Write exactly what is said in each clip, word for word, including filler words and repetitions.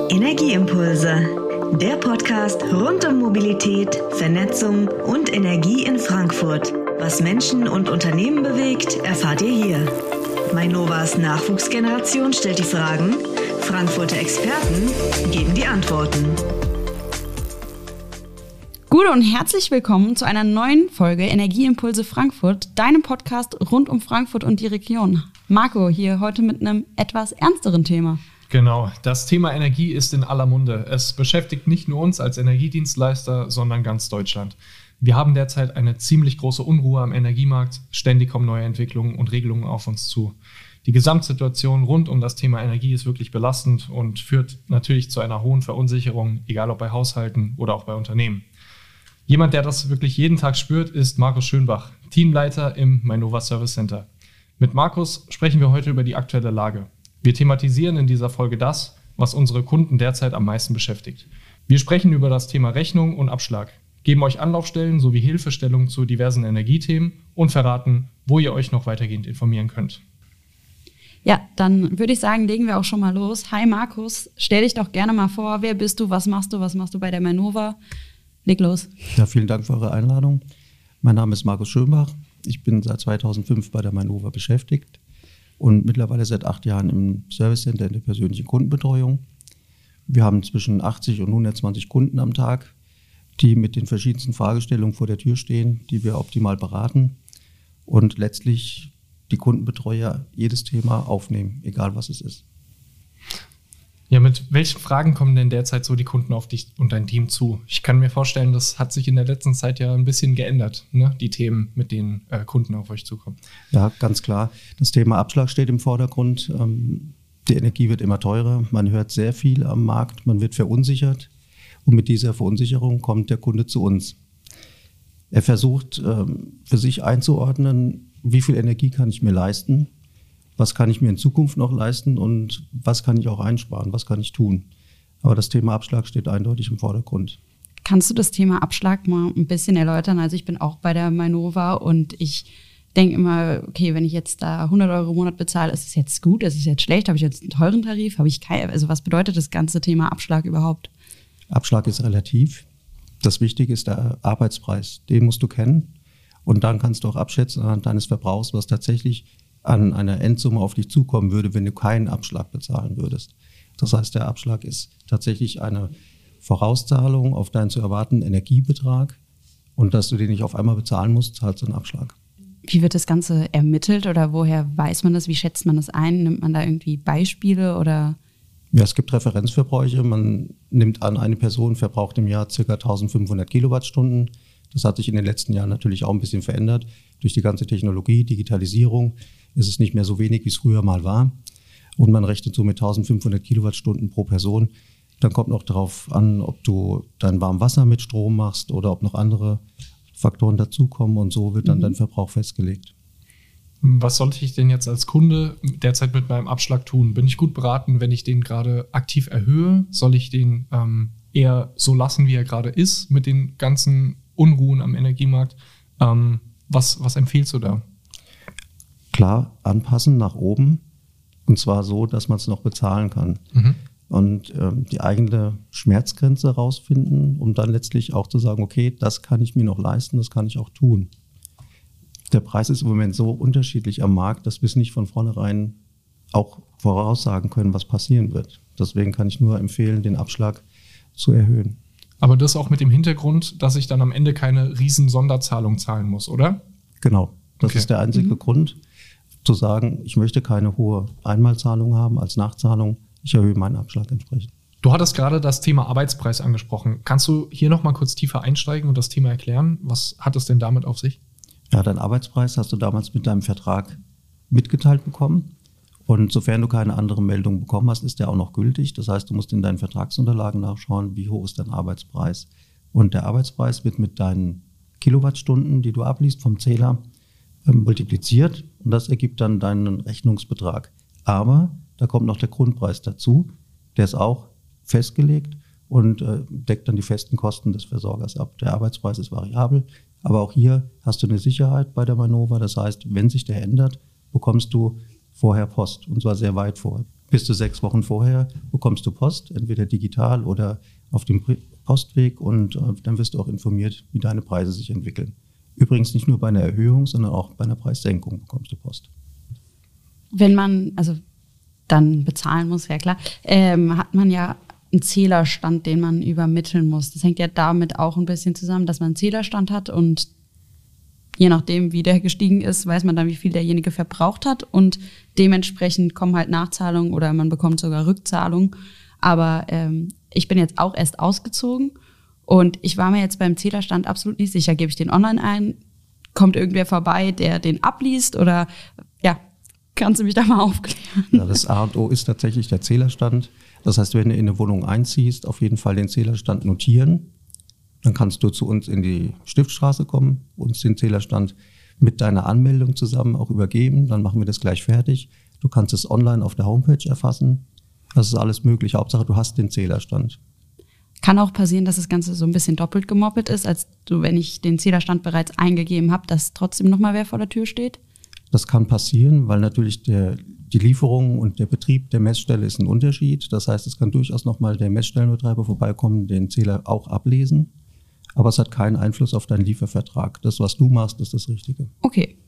Energieimpulse, der Podcast rund um Mobilität, Vernetzung und Energie in Frankfurt. Was Menschen und Unternehmen bewegt, erfahrt ihr hier. Mainovas Nachwuchsgeneration stellt die Fragen, Frankfurter Experten geben die Antworten. Gut und herzlich willkommen zu einer neuen Folge Energieimpulse Frankfurt, deinem Podcast rund um Frankfurt und die Region. Marco hier heute mit einem etwas ernsteren Thema. Genau, das Thema Energie ist in aller Munde. Es beschäftigt nicht nur uns als Energiedienstleister, sondern ganz Deutschland. Wir haben derzeit eine ziemlich große Unruhe am Energiemarkt. Ständig kommen neue Entwicklungen und Regelungen auf uns zu. Die Gesamtsituation rund um das Thema Energie ist wirklich belastend und führt natürlich zu einer hohen Verunsicherung, egal ob bei Haushalten oder auch bei Unternehmen. Jemand, der das wirklich jeden Tag spürt, ist Markus Schönbach, Teamleiter im Mainova Service Center. Mit Markus sprechen wir heute über die aktuelle Lage. Wir thematisieren in dieser Folge das, was unsere Kunden derzeit am meisten beschäftigt. Wir sprechen über das Thema Rechnung und Abschlag, geben euch Anlaufstellen sowie Hilfestellungen zu diversen Energiethemen und verraten, wo ihr euch noch weitergehend informieren könnt. Ja, dann würde ich sagen, legen wir auch schon mal los. Hi Markus, stell dich doch gerne mal vor, wer bist du, was machst du, was machst du bei der Mainova? Leg los. Ja, vielen Dank für eure Einladung. Mein Name ist Markus Schönbach. Ich bin seit zweitausendfünf bei der Mainova beschäftigt und mittlerweile seit acht Jahren im Service Center in der persönlichen Kundenbetreuung. Wir haben zwischen achtzig und hundertzwanzig Kunden am Tag, die mit den verschiedensten Fragestellungen vor der Tür stehen, die wir optimal beraten und letztlich die Kundenbetreuer jedes Thema aufnehmen, egal was es ist. Ja, mit welchen Fragen kommen denn derzeit so die Kunden auf dich und dein Team zu? Ich kann mir vorstellen, das hat sich in der letzten Zeit ja ein bisschen geändert, ne? Die Themen, mit denen äh, Kunden auf euch zukommen. Ja, ganz klar. Das Thema Abschlag steht im Vordergrund. Ähm, die Energie wird immer teurer. Man hört sehr viel am Markt. Man wird verunsichert. Und mit dieser Verunsicherung kommt der Kunde zu uns. Er versucht ähm, für sich einzuordnen, wie viel Energie kann ich mir leisten? Was kann ich mir in Zukunft noch leisten und was kann ich auch einsparen, was kann ich tun? Aber das Thema Abschlag steht eindeutig im Vordergrund. Kannst du das Thema Abschlag mal ein bisschen erläutern? Also ich bin auch bei der Mainova und ich denke immer, okay, wenn ich jetzt da hundert Euro im Monat bezahle, ist es jetzt gut, ist es jetzt schlecht? Habe ich jetzt einen teuren Tarif? Habe ich keinen? Also was bedeutet das ganze Thema Abschlag überhaupt? Abschlag ist relativ. Das Wichtige ist der Arbeitspreis. Den musst du kennen und dann kannst du auch abschätzen anhand deines Verbrauchs, was tatsächlich an einer Endsumme auf dich zukommen würde, wenn du keinen Abschlag bezahlen würdest. Das heißt, der Abschlag ist tatsächlich eine Vorauszahlung auf deinen zu erwartenden Energiebetrag und dass du den nicht auf einmal bezahlen musst, zahlst du einen Abschlag. Wie wird das Ganze ermittelt oder woher weiß man das? Wie schätzt man das ein? Nimmt man da irgendwie Beispiele oder? Ja, es gibt Referenzverbräuche. Man nimmt an, eine Person verbraucht im Jahr ca. eintausendfünfhundert Kilowattstunden. Das hat sich in den letzten Jahren natürlich auch ein bisschen verändert. Durch die ganze Technologie, Digitalisierung ist es nicht mehr so wenig, wie es früher mal war. Und man rechnet so mit eintausendfünfhundert Kilowattstunden pro Person. Dann kommt noch darauf an, ob du dein Warmwasser mit Strom machst oder ob noch andere Faktoren dazukommen. Und so wird dann mhm. dein Verbrauch festgelegt. Was sollte ich denn jetzt als Kunde derzeit mit meinem Abschlag tun? Bin ich gut beraten, wenn ich den gerade aktiv erhöhe? Soll ich den ähm, eher so lassen, wie er gerade ist, mit den ganzen Unruhen am Energiemarkt? Ähm, was, was empfiehlst du da? Klar, anpassen nach oben und zwar so, dass man es noch bezahlen kann. Mhm. Und ähm, die eigene Schmerzgrenze rausfinden, um dann letztlich auch zu sagen, okay, das kann ich mir noch leisten, das kann ich auch tun. Der Preis ist im Moment so unterschiedlich am Markt, dass wir es nicht von vornherein auch voraussagen können, was passieren wird. Deswegen kann ich nur empfehlen, den Abschlag zu erhöhen. Aber das auch mit dem Hintergrund, dass ich dann am Ende keine riesen Sonderzahlung zahlen muss, oder? Genau, das okay. ist der einzige mhm. Grund, zu sagen, ich möchte keine hohe Einmalzahlung haben als Nachzahlung, ich erhöhe meinen Abschlag entsprechend. Du hattest gerade das Thema Arbeitspreis angesprochen. Kannst du hier noch mal kurz tiefer einsteigen und das Thema erklären? Was hat es denn damit auf sich? Ja, deinen Arbeitspreis hast du damals mit deinem Vertrag mitgeteilt bekommen. Und sofern du keine andere Meldung bekommen hast, ist der auch noch gültig. Das heißt, du musst in deinen Vertragsunterlagen nachschauen, wie hoch ist dein Arbeitspreis. Und der Arbeitspreis wird mit deinen Kilowattstunden, die du abliest vom Zähler, äh, multipliziert. Und das ergibt dann deinen Rechnungsbetrag. Aber da kommt noch der Grundpreis dazu. Der ist auch festgelegt und äh, deckt dann die festen Kosten des Versorgers ab. Der Arbeitspreis ist variabel. Aber auch hier hast du eine Sicherheit bei der Mainova. Das heißt, wenn sich der ändert, bekommst du vorher Post, und zwar sehr weit vorher. Bis zu sechs Wochen vorher bekommst du Post, entweder digital oder auf dem Postweg, und äh, dann wirst du auch informiert, wie deine Preise sich entwickeln. Übrigens nicht nur bei einer Erhöhung, sondern auch bei einer Preissenkung bekommst du Post. Wenn man also dann bezahlen muss, ja klar, ähm, hat man ja einen Zählerstand, den man übermitteln muss. Das hängt ja damit auch ein bisschen zusammen, dass man einen Zählerstand hat, und je nachdem, wie der gestiegen ist, weiß man dann, wie viel derjenige verbraucht hat, und dementsprechend kommen halt Nachzahlungen oder man bekommt sogar Rückzahlungen. Aber ähm, ich bin jetzt auch erst ausgezogen und ich war mir jetzt beim Zählerstand absolut nicht sicher. Gebe ich den online ein? Kommt irgendwer vorbei, der den abliest? Oder ja, kannst du mich da mal aufklären? Ja, das A und O ist tatsächlich der Zählerstand. Das heißt, wenn du in eine Wohnung einziehst, auf jeden Fall den Zählerstand notieren. Dann kannst du zu uns in die Stiftstraße kommen, uns den Zählerstand mit deiner Anmeldung zusammen auch übergeben. Dann machen wir das gleich fertig. Du kannst es online auf der Homepage erfassen. Das ist alles möglich. Hauptsache, du hast den Zählerstand. Kann auch passieren, dass das Ganze so ein bisschen doppelt gemoppelt ist, als du, wenn ich den Zählerstand bereits eingegeben habe, dass trotzdem nochmal wer vor der Tür steht? Das kann passieren, weil natürlich der, die Lieferung und der Betrieb der Messstelle ist ein Unterschied. Das heißt, es kann durchaus nochmal der Messstellenbetreiber vorbeikommen, den Zähler auch ablesen. Aber es hat keinen Einfluss auf deinen Liefervertrag. Das, was du machst, ist das Richtige. Okay.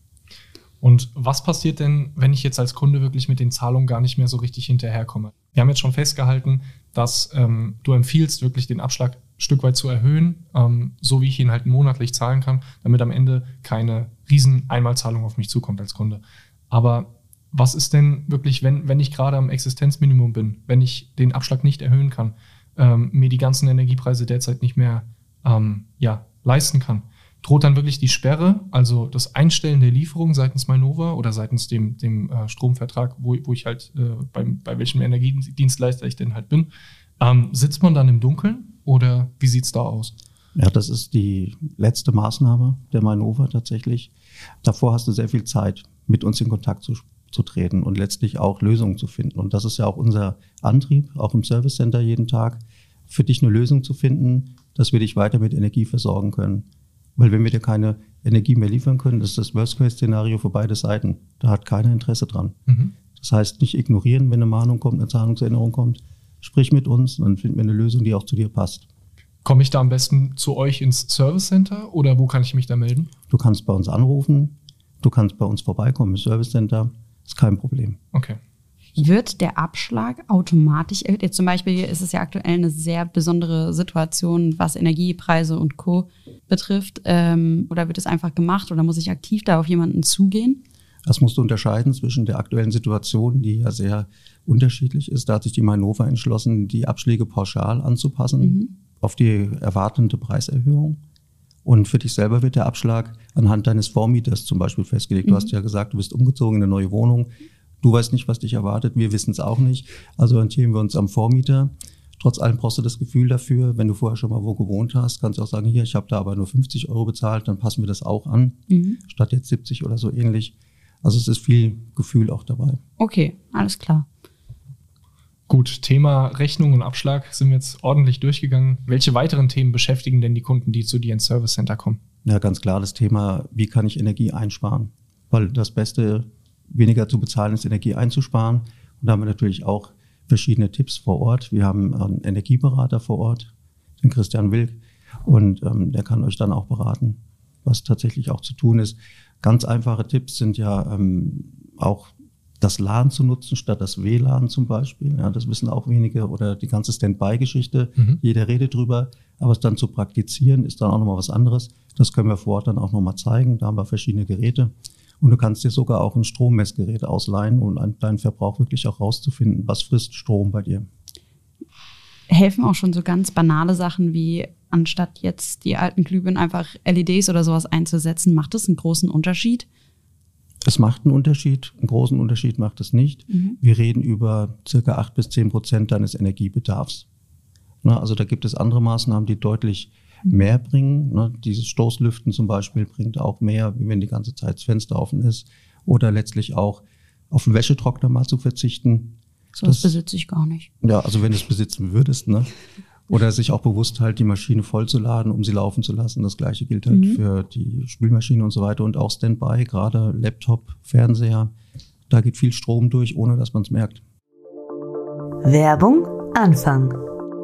Und was passiert denn, wenn ich jetzt als Kunde wirklich mit den Zahlungen gar nicht mehr so richtig hinterherkomme? Wir haben jetzt schon festgehalten, dass ähm, du empfiehlst, wirklich den Abschlag ein Stück weit zu erhöhen, ähm, so wie ich ihn halt monatlich zahlen kann, damit am Ende keine riesen Einmalzahlung auf mich zukommt als Kunde. Aber was ist denn wirklich, wenn, wenn ich gerade am Existenzminimum bin, wenn ich den Abschlag nicht erhöhen kann, ähm, mir die ganzen Energiepreise derzeit nicht mehr ähm, ja, leisten kann? Droht dann wirklich die Sperre, also das Einstellen der Lieferung seitens Mainova oder seitens dem, dem äh, Stromvertrag, wo, wo ich halt, äh, beim, bei welchem Energiedienstleister ich denn halt bin. Ähm, sitzt man dann im Dunkeln oder wie sieht's da aus? Ja, das ist die letzte Maßnahme der Mainova tatsächlich. Davor hast du sehr viel Zeit, mit uns in Kontakt zu, zu treten und letztlich auch Lösungen zu finden. Und das ist ja auch unser Antrieb, auch im Service Center jeden Tag, für dich eine Lösung zu finden, dass wir dich weiter mit Energie versorgen können. Weil wenn wir dir keine Energie mehr liefern können, ist das Worst-Case-Szenario für beide Seiten. Da hat keiner Interesse dran. Mhm. Das heißt, nicht ignorieren, wenn eine Mahnung kommt, eine Zahlungserinnerung kommt. Sprich mit uns und dann finden wir eine Lösung, die auch zu dir passt. Komme ich da am besten zu euch ins Service Center oder wo kann ich mich da melden? Du kannst bei uns anrufen, du kannst bei uns vorbeikommen im Service Center. Ist kein Problem. Okay. Wird der Abschlag automatisch erhöht? Jetzt zum Beispiel ist es ja aktuell eine sehr besondere Situation, was Energiepreise und Co. betrifft. Ähm, oder wird es einfach gemacht oder muss ich aktiv da auf jemanden zugehen? Das musst du unterscheiden zwischen der aktuellen Situation, die ja sehr unterschiedlich ist. Da hat sich die Mainova entschlossen, die Abschläge pauschal anzupassen mhm. auf die erwartende Preiserhöhung. Und für dich selber wird der Abschlag anhand deines Vormieters zum Beispiel festgelegt. Mhm. Du hast ja gesagt, du bist umgezogen in eine neue Wohnung. Du weißt nicht, was dich erwartet, wir wissen es auch nicht. Also orientieren wir uns am Vormieter. Trotz allem brauchst du das Gefühl dafür, wenn du vorher schon mal wo gewohnt hast, kannst du auch sagen, hier, ich habe da aber nur fünfzig Euro bezahlt, dann passen wir das auch an, mhm. statt jetzt siebzig oder so ähnlich. Also es ist viel Gefühl auch dabei. Okay, alles klar. Gut, Thema Rechnung und Abschlag sind wir jetzt ordentlich durchgegangen. Welche weiteren Themen beschäftigen denn die Kunden, die zu dir ins Service Center kommen? Ja, ganz klar das Thema, wie kann ich Energie einsparen? Weil das Beste, weniger zu bezahlen, ist Energie einzusparen. Und da haben wir natürlich auch verschiedene Tipps vor Ort. Wir haben einen Energieberater vor Ort, den Christian Wilk, und ähm, der kann euch dann auch beraten, was tatsächlich auch zu tun ist. Ganz einfache Tipps sind ja ähm, auch das LAN zu nutzen statt das W LAN zum Beispiel. Ja, das wissen auch wenige, oder die ganze Standby-Geschichte. Mhm. Jeder redet drüber, aber es dann zu praktizieren ist dann auch nochmal was anderes. Das können wir vor Ort dann auch nochmal zeigen. Da haben wir verschiedene Geräte. Und du kannst dir sogar auch ein Strommessgerät ausleihen, um deinen Verbrauch wirklich auch rauszufinden, was frisst Strom bei dir. Helfen auch schon so ganz banale Sachen wie, anstatt jetzt die alten Glühbirnen einfach L E Ds oder sowas einzusetzen, macht das einen großen Unterschied? Es macht einen Unterschied, einen großen Unterschied macht es nicht. Mhm. Wir reden über circa acht bis zehn Prozent deines Energiebedarfs. Na, also da gibt es andere Maßnahmen, die deutlich mehr bringen. Ne? Dieses Stoßlüften zum Beispiel bringt auch mehr, wie wenn die ganze Zeit das Fenster offen ist. Oder letztlich auch auf den Wäschetrockner mal zu verzichten. So das besitze ich gar nicht. Ja, also wenn du es besitzen würdest, ne? Oder sich auch bewusst halt die Maschine voll zu laden, um sie laufen zu lassen. Das Gleiche gilt halt mhm. für die Spülmaschine und so weiter. Und auch Standby, gerade Laptop, Fernseher. Da geht viel Strom durch, ohne dass man es merkt. Werbung Anfang.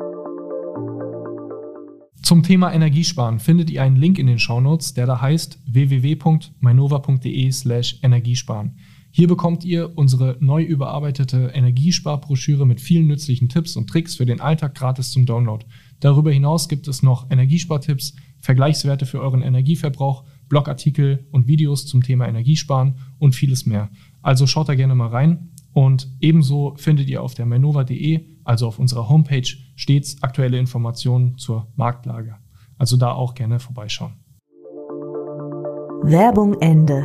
Zum Thema Energiesparen findet ihr einen Link in den Shownotes, der da heißt w w w punkt mainova punkt d e slash energiesparen. Hier bekommt ihr unsere neu überarbeitete Energiesparbroschüre mit vielen nützlichen Tipps und Tricks für den Alltag gratis zum Download. Darüber hinaus gibt es noch Energiespartipps, Vergleichswerte für euren Energieverbrauch, Blogartikel und Videos zum Thema Energiesparen und vieles mehr. Also schaut da gerne mal rein. Und ebenso findet ihr auf der mainova punkt d e, also auf unserer Homepage, stets aktuelle Informationen zur Marktlage. Also da auch gerne vorbeischauen. Werbung Ende.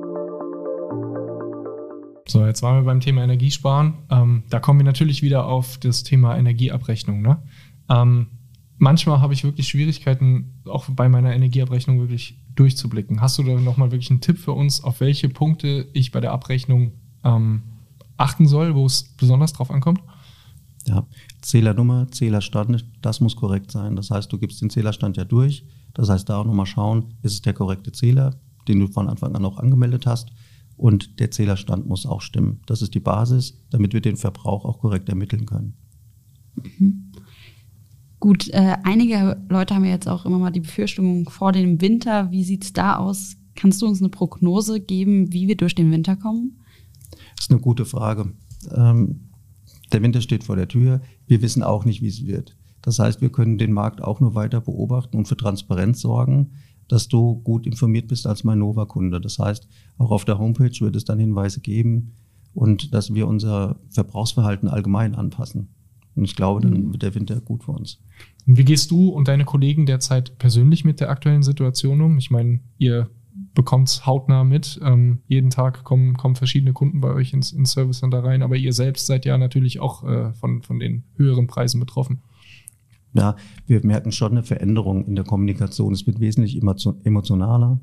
So, jetzt waren wir beim Thema Energiesparen. Ähm, da kommen wir natürlich wieder auf das Thema Energieabrechnung. Ne? Ähm, manchmal habe ich wirklich Schwierigkeiten, auch bei meiner Energieabrechnung wirklich durchzublicken. Hast du da nochmal wirklich einen Tipp für uns, auf welche Punkte ich bei der Abrechnung ähm, achten soll, wo es besonders drauf ankommt? Ja, Zählernummer, Zählerstand, das muss korrekt sein. Das heißt, du gibst den Zählerstand ja durch. Das heißt, da auch nochmal schauen, ist es der korrekte Zähler, den du von Anfang an auch angemeldet hast. Und der Zählerstand muss auch stimmen. Das ist die Basis, damit wir den Verbrauch auch korrekt ermitteln können. Mhm. Gut, äh, einige Leute haben ja jetzt auch immer mal die Befürchtung vor dem Winter. Wie sieht es da aus? Kannst du uns eine Prognose geben, wie wir durch den Winter kommen? Das ist eine gute Frage. Ähm, der Winter steht vor der Tür. Wir wissen auch nicht, wie es wird. Das heißt, wir können den Markt auch nur weiter beobachten und für Transparenz sorgen, dass du gut informiert bist als Mainova-Kunde. Das heißt, auch auf der Homepage wird es dann Hinweise geben und dass wir unser Verbrauchsverhalten allgemein anpassen. Und ich glaube, dann wird der Winter gut für uns. Und wie gehst du und deine Kollegen derzeit persönlich mit der aktuellen Situation um? Ich meine, ihr bekommt es hautnah mit. Ähm, jeden Tag kommen, kommen verschiedene Kunden bei euch ins, ins Service Center rein, aber ihr selbst seid ja natürlich auch äh, von, von den höheren Preisen betroffen. Ja, wir merken schon eine Veränderung in der Kommunikation. Es wird wesentlich emotionaler.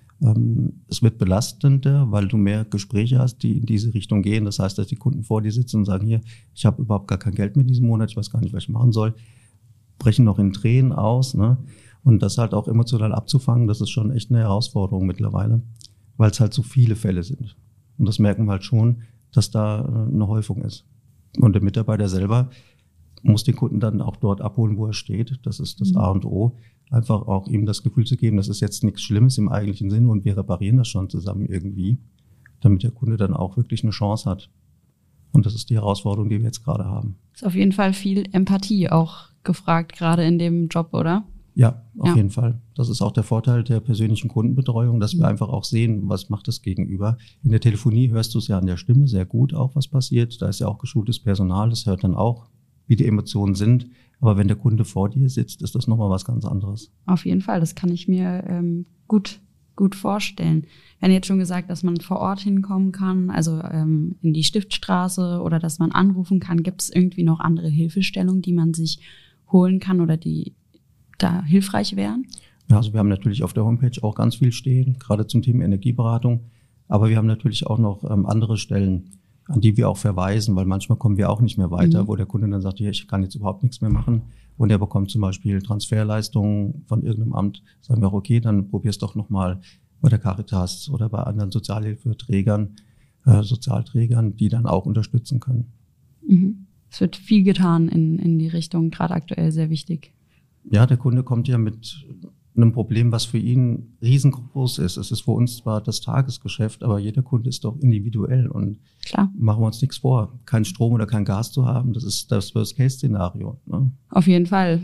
Ähm, es wird belastender, weil du mehr Gespräche hast, die in diese Richtung gehen. Das heißt, dass die Kunden vor dir sitzen und sagen, hier, ich habe überhaupt gar kein Geld mehr diesen Monat, ich weiß gar nicht, was ich machen soll. Brechen noch in Tränen aus, ne? Und das halt auch emotional abzufangen, das ist schon echt eine Herausforderung mittlerweile, weil es halt so viele Fälle sind. Und das merken wir halt schon, dass da eine Häufung ist. Und der Mitarbeiter selber muss den Kunden dann auch dort abholen, wo er steht. Das ist das A und O. Einfach auch ihm das Gefühl zu geben, das ist jetzt nichts Schlimmes im eigentlichen Sinne und wir reparieren das schon zusammen irgendwie, damit der Kunde dann auch wirklich eine Chance hat. Und das ist die Herausforderung, die wir jetzt gerade haben. Ist auf jeden Fall viel Empathie auch gefragt, gerade in dem Job, oder? Ja, auf Ja. jeden Fall. Das ist auch der Vorteil der persönlichen Kundenbetreuung, dass wir einfach auch sehen, was macht das Gegenüber. In der Telefonie hörst du es ja an der Stimme sehr gut auch, was passiert. Da ist ja auch geschultes Personal, das hört dann auch, wie die Emotionen sind. Aber wenn der Kunde vor dir sitzt, ist das nochmal was ganz anderes. Auf jeden Fall, das kann ich mir ähm, gut, gut vorstellen. Wir haben jetzt schon gesagt, dass man vor Ort hinkommen kann, also ähm, in die Stiftstraße oder dass man anrufen kann. Gibt es irgendwie noch andere Hilfestellungen, die man sich holen kann oder die da hilfreich wären? Ja, also wir haben natürlich auf der Homepage auch ganz viel stehen, gerade zum Thema Energieberatung. Aber wir haben natürlich auch noch ähm, andere Stellen, an die wir auch verweisen, weil manchmal kommen wir auch nicht mehr weiter, mhm. wo der Kunde dann sagt, ja, ich kann jetzt überhaupt nichts mehr machen. Und er bekommt zum Beispiel Transferleistungen von irgendeinem Amt. Sagen wir auch, okay, dann probier's doch nochmal bei der Caritas oder bei anderen Sozialhilfeträgern, äh, Sozialträgern, die dann auch unterstützen können. Mhm. Es wird viel getan in, in die Richtung, gerade aktuell sehr wichtig. Ja, der Kunde kommt ja mit einem Problem, was für ihn riesengroß ist. Es ist für uns zwar das Tagesgeschäft, aber jeder Kunde ist doch individuell und Klar. Machen wir uns nichts vor. Kein Strom oder kein Gas zu haben, das ist das Worst-Case-Szenario. Ne? Auf jeden Fall.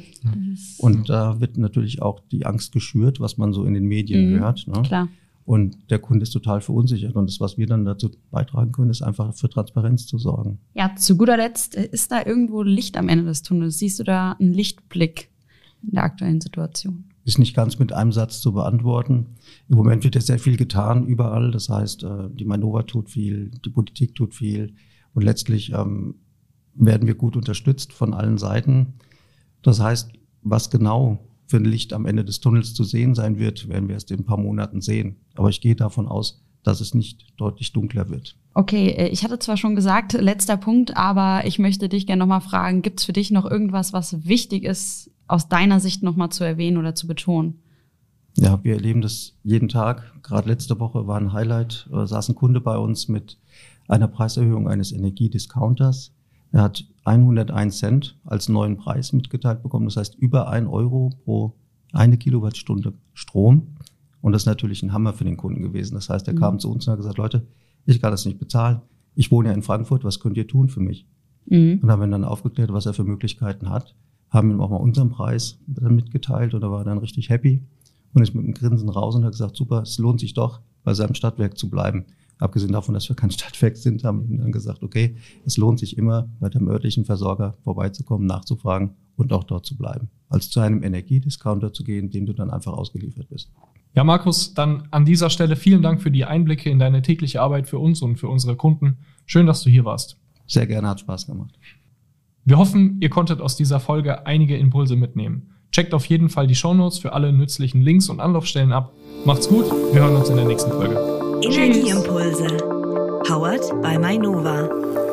Und da wird natürlich auch die Angst geschürt, was man so in den Medien mhm. hört. Ne? Klar. Und der Kunde ist total verunsichert. Und das, was wir dann dazu beitragen können, ist einfach für Transparenz zu sorgen. Ja, zu guter Letzt, ist da irgendwo Licht am Ende des Tunnels? Siehst du da einen Lichtblick in der aktuellen Situation? Ist nicht ganz mit einem Satz zu beantworten. Im Moment wird ja sehr viel getan überall. Das heißt, die Mainova tut viel, die Politik tut viel. Und letztlich ähm, werden wir gut unterstützt von allen Seiten. Das heißt, was genau für ein Licht am Ende des Tunnels zu sehen sein wird, werden wir erst in ein paar Monaten sehen. Aber ich gehe davon aus, dass es nicht deutlich dunkler wird. Okay, ich hatte zwar schon gesagt, letzter Punkt, aber ich möchte dich gerne nochmal fragen, gibt es für dich noch irgendwas, was wichtig ist, aus deiner Sicht nochmal zu erwähnen oder zu betonen? Ja, wir erleben das jeden Tag. Gerade letzte Woche war ein Highlight, äh, saß ein Kunde bei uns mit einer Preiserhöhung eines Energiediscounters. Er hat hunderteins Cent als neuen Preis mitgeteilt bekommen. Das heißt, über ein Euro pro eine Kilowattstunde Strom. Und das ist natürlich ein Hammer für den Kunden gewesen. Das heißt, er mhm. kam zu uns und hat gesagt, Leute, ich kann das nicht bezahlen. Ich wohne ja in Frankfurt, was könnt ihr tun für mich? Mhm. Und haben ihn dann aufgeklärt, was er für Möglichkeiten hat. Haben ihm auch mal unseren Preis mitgeteilt und er war dann richtig happy. Und ist mit einem Grinsen raus und hat gesagt, super, es lohnt sich doch, bei seinem Stadtwerk zu bleiben. Abgesehen davon, dass wir kein Stadtwerk sind, haben wir dann gesagt, okay, es lohnt sich immer, bei dem örtlichen Versorger vorbeizukommen, nachzufragen und auch dort zu bleiben. Als zu einem Energiediscounter zu gehen, dem du dann einfach ausgeliefert bist. Ja, Markus, dann an dieser Stelle vielen Dank für die Einblicke in deine tägliche Arbeit für uns und für unsere Kunden. Schön, dass du hier warst. Sehr gerne, hat Spaß gemacht. Wir hoffen, ihr konntet aus dieser Folge einige Impulse mitnehmen. Checkt auf jeden Fall die Shownotes für alle nützlichen Links und Anlaufstellen ab. Macht's gut, wir hören uns in der nächsten Folge. Energieimpulse, powered by Mainova.